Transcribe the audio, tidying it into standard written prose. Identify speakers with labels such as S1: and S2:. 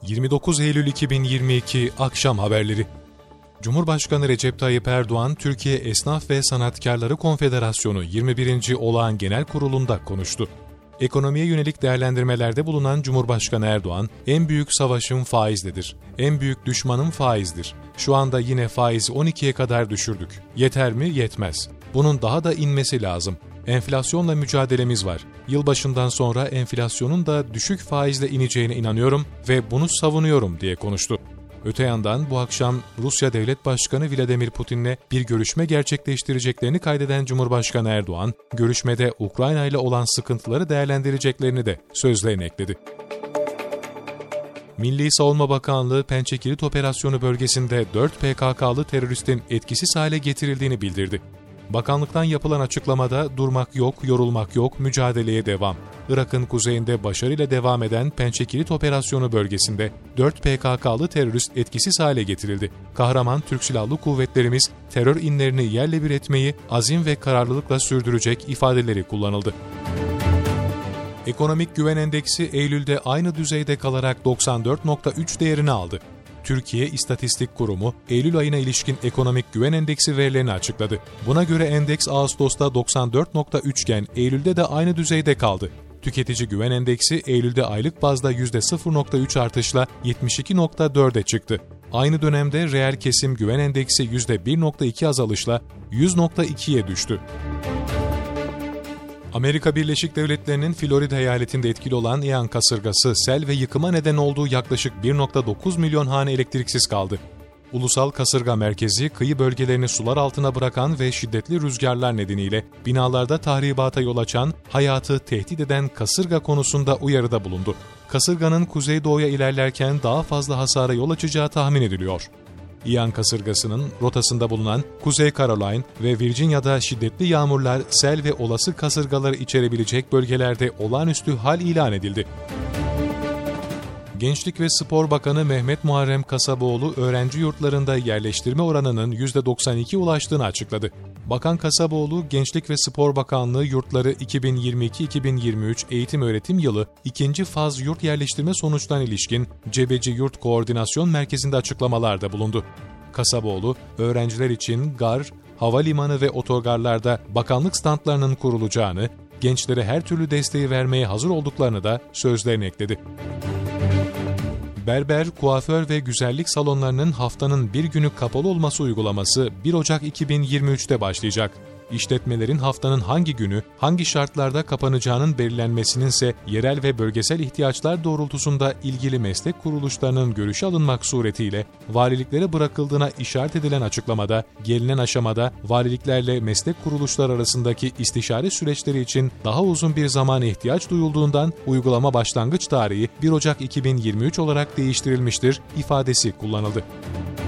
S1: 29 Eylül 2022 Akşam Haberleri. Cumhurbaşkanı Recep Tayyip Erdoğan, Türkiye Esnaf ve Sanatkarları Konfederasyonu 21. Olağan Genel Kurulu'nda konuştu. Ekonomiye yönelik değerlendirmelerde bulunan Cumhurbaşkanı Erdoğan, en büyük savaşım faizdedir. En büyük düşmanım faizdir. Şu anda yine faizi 12'ye kadar düşürdük. Yeter mi? Yetmez. Bunun daha da inmesi lazım. Enflasyonla mücadelemiz var. Yılbaşından sonra enflasyonun da düşük faizle ineceğine inanıyorum ve bunu savunuyorum diye konuştu. Öte yandan bu akşam Rusya Devlet Başkanı Vladimir Putin'le bir görüşme gerçekleştireceklerini kaydeden Cumhurbaşkanı Erdoğan, görüşmede Ukrayna ile olan sıkıntıları değerlendireceklerini de sözlerine ekledi. Milli Savunma Bakanlığı Pençekilit Operasyonu bölgesinde 4 PKK'lı teröristin etkisiz hale getirildiğini bildirdi. Bakanlıktan yapılan açıklamada durmak yok, yorulmak yok, mücadeleye devam. Irak'ın kuzeyinde başarıyla devam eden Pençekilit Operasyonu bölgesinde 4 PKK'lı terörist etkisiz hale getirildi. Kahraman Türk Silahlı Kuvvetlerimiz terör inlerini yerle bir etmeyi azim ve kararlılıkla sürdürecek ifadeleri kullanıldı. Ekonomik Güven Endeksi Eylül'de aynı düzeyde kalarak 94.3 değerini aldı. Türkiye İstatistik Kurumu, Eylül ayına ilişkin Ekonomik Güven Endeksi verilerini açıkladı. Buna göre endeks Ağustos'ta 94.3 iken Eylül'de de aynı düzeyde kaldı. Tüketici Güven Endeksi Eylül'de aylık bazda %0.3 artışla 72.4'e çıktı. Aynı dönemde reel kesim Güven Endeksi %1.2 azalışla 100.2'ye düştü. Amerika Birleşik Devletleri'nin Florida eyaletinde etkili olan Ian kasırgası sel ve yıkıma neden olduğu yaklaşık 1.9 milyon hane elektriksiz kaldı. Ulusal Kasırga Merkezi, kıyı bölgelerini sular altına bırakan ve şiddetli rüzgarlar nedeniyle binalarda tahribata yol açan, hayatı tehdit eden kasırga konusunda uyarıda bulundu. Kasırganın kuzeydoğuya ilerlerken daha fazla hasara yol açacağı tahmin ediliyor. Ian kasırgasının rotasında bulunan Kuzey Carolina ve Virginia'da şiddetli yağmurlar, sel ve olası kasırgaları içerebilecek bölgelerde olağanüstü hal ilan edildi. Gençlik ve Spor Bakanı Mehmet Muharrem Kasaboğlu, öğrenci yurtlarında yerleştirme oranının %92 ulaştığını açıkladı. Bakan Kasaboğlu, Gençlik ve Spor Bakanlığı yurtları 2022-2023 eğitim-öğretim yılı 2. faz yurt yerleştirme sonuçlarına ilişkin Cebeci Yurt Koordinasyon Merkezi'nde açıklamalarda bulundu. Kasaboğlu, öğrenciler için gar, havalimanı ve otogarlarda bakanlık standlarının kurulacağını, gençlere her türlü desteği vermeye hazır olduklarını da sözlerine ekledi. Berber, kuaför ve güzellik salonlarının haftanın bir günü kapalı olması uygulaması 1 Ocak 2023'te başlayacak. İşletmelerin haftanın hangi günü, hangi şartlarda kapanacağının belirlenmesinin ise yerel ve bölgesel ihtiyaçlar doğrultusunda ilgili meslek kuruluşlarının görüşe alınmak suretiyle valiliklere bırakıldığına işaret edilen açıklamada, gelinen aşamada valiliklerle meslek kuruluşları arasındaki istişare süreçleri için daha uzun bir zamana ihtiyaç duyulduğundan uygulama başlangıç tarihi 1 Ocak 2023 olarak değiştirilmiştir ifadesi kullanıldı.